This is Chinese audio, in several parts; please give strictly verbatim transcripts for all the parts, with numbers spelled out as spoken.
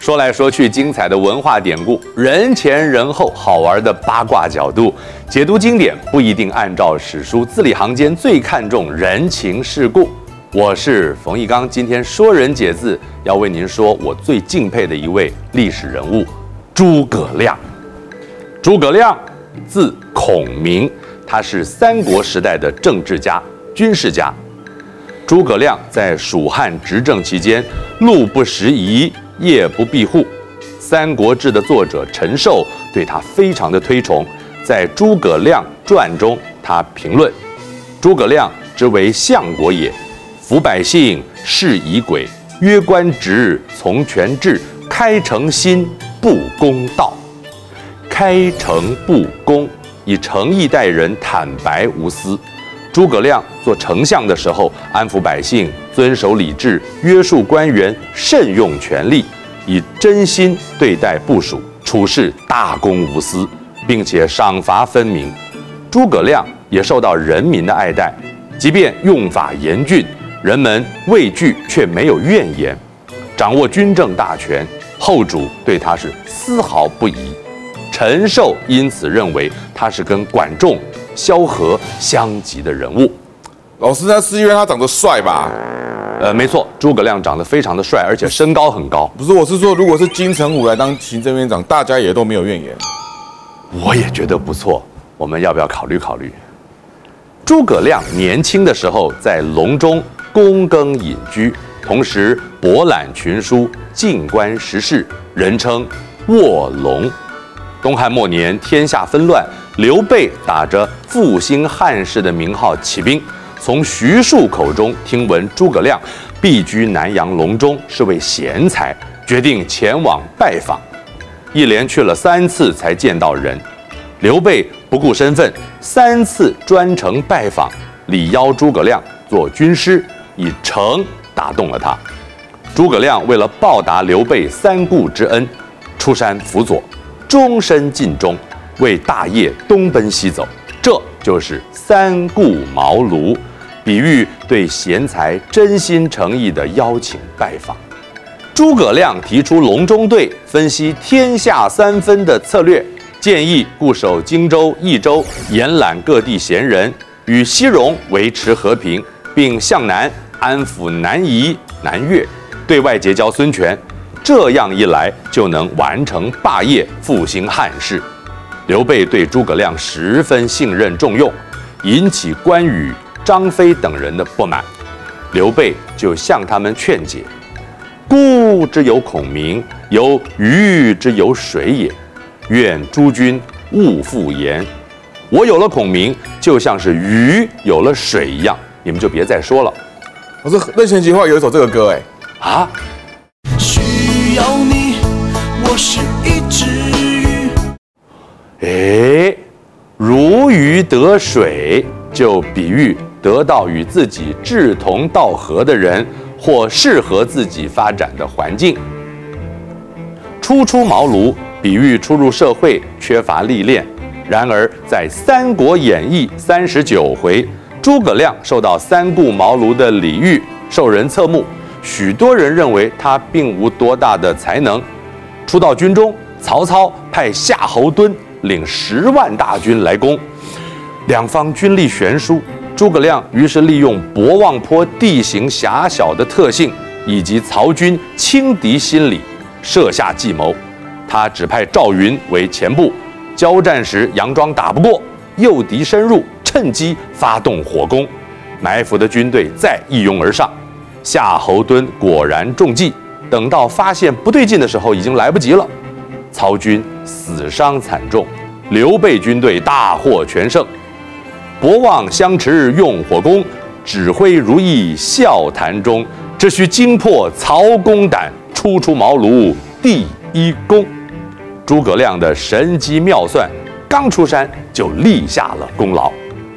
说来说去，精彩的文化典故，人前人后，好玩的八卦角度，解读经典不一定按照史书，字里行间最看重人情世故。我是冯翊纲，今天说人解字，要为您说我最敬佩的一位历史人物——诸葛亮。诸葛亮，字孔明，他是三国时代的政治家、军事家。诸葛亮在蜀汉执政期间，路不拾遗，夜不闭户。《三国志》的作者陈寿对他非常的推崇，在《诸葛亮传》中，他评论：诸葛亮之为相国也，服百姓，事以轨，约官职，从权制，开诚心，不公道。开诚布公，以诚意待人，坦白无私。诸葛亮做丞相的时候，安抚百姓，遵守礼制，约束官员，慎用权力，以真心对待部属，处事大公无私，并且赏罚分明。诸葛亮也受到人民的爱戴，即便用法严峻，人们畏惧却没有怨言。掌握军政大权，后主对他是丝毫不疑。陈寿因此认为他是跟管仲、萧何相及的人物。 老师，那是因为他长得帅吧？ 呃，没错，诸葛亮长得非常的帅，而且身高很高。 不是，我是说，如果是金城武来当行政院长，大家也都没有怨言。 我也觉得不错，我们要不要考虑考虑？诸葛亮年轻的时候在隆中躬耕隐居，同时博览群书，静观时事，人称卧龙。东汉末年，天下纷乱，刘备打着复兴汉室的名号起兵，从徐庶口中听闻诸葛亮避居南阳隆中，是位贤才，决定前往拜访。一连去了三次才见到人。刘备不顾身份，三次专程拜访，礼邀诸葛亮做军师，以诚打动了他。诸葛亮为了报答刘备三顾之恩，出山辅佐，终身尽忠，为大业东奔西走。这就是三顾茅庐，比喻对贤才真心诚意的邀请拜访。诸葛亮提出隆中对，分析天下三分的策略，建议固守荆州、益州，延揽各地贤人，与西戎维持和平，并向南安抚南夷、南越，对外结交孙权。这样一来，就能完成霸业，复兴汉室。刘备对诸葛亮十分信任重用，引起关羽、张飞等人的不满。刘备就向他们劝解：孤之有孔明，有鱼之有水也。愿诸君勿复言。我有了孔明，就像是鱼有了水一样，你们就别再说了。 我说任贤齐后来有一首这个歌，哎啊， 需要你，我是一只鱼。 哎，如鱼得水，就比喻得到与自己志同道合的人，或适合自己发展的环境。初出茅庐，比喻初入社会，缺乏历练。然而，在《三国演义》三十九回，诸葛亮受到三顾茅庐的礼遇，受人侧目。许多人认为他并无多大的才能。初到军中，曹操派夏侯惇领十万大军来攻，两方军力悬殊。诸葛亮于是利用博望坡地形狭小的特性，以及曹军轻敌心理，设下计谋。他指派赵云为前部，交战时佯装打不过，诱敌深入，趁机发动火攻，埋伏的军队再一拥而上。夏侯惇果然中计，等到发现不对劲的时候，已经来不及了。曹军死伤惨重，刘备军队大获全胜。博望相持用火攻，指挥如意笑谈中。只需惊破曹公胆，初出茅庐第一功。诸葛亮的神机妙算，刚出山就立下了功劳。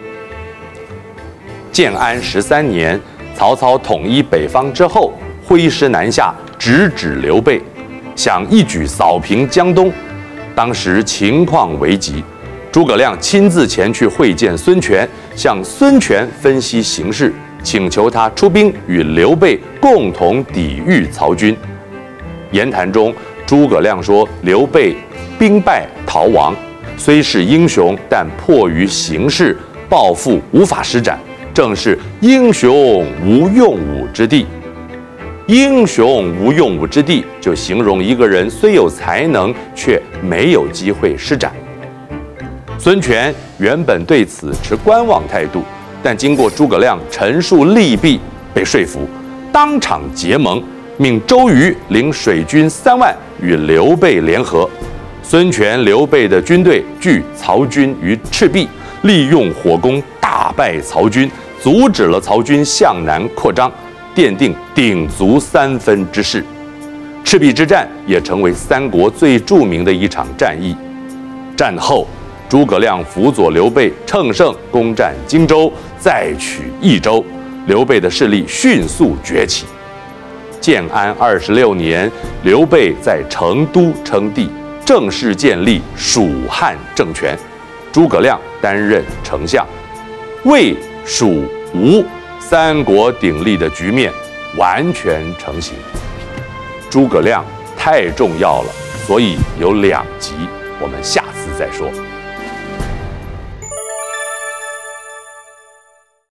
建安十三年，曹操统一北方之后，挥师南下，直指刘备，想一举扫平江东。当时情况危急，诸葛亮亲自前去会见孙权，向孙权分析形势，请求他出兵与刘备共同抵御曹军。言谈中， 诸葛亮说：“刘备兵败逃亡，虽是英雄，但迫于形势，抱负无法施展，正是英雄无用武之地。英雄无用武之地，就形容一个人虽有才能，却没有机会施展。”孙权原本对此持观望态度，但经过诸葛亮陈述利弊，被说服，当场结盟，命周瑜领水军三万与刘备联合。孙权、刘备的军队拒曹军于赤壁，利用火攻大败曹军，阻止了曹军向南扩张，奠定鼎足三分之势。赤壁之战也成为三国最著名的一场战役。战后，诸葛亮辅佐刘备乘胜攻占荆州，再取益州，刘备的势力迅速崛起。建安二十六年，刘备在成都称帝，正式建立蜀汉政权，诸葛亮担任丞相，魏、蜀、吴三国鼎立的局面完全成型。诸葛亮太重要了，所以有两集，我们下次再说。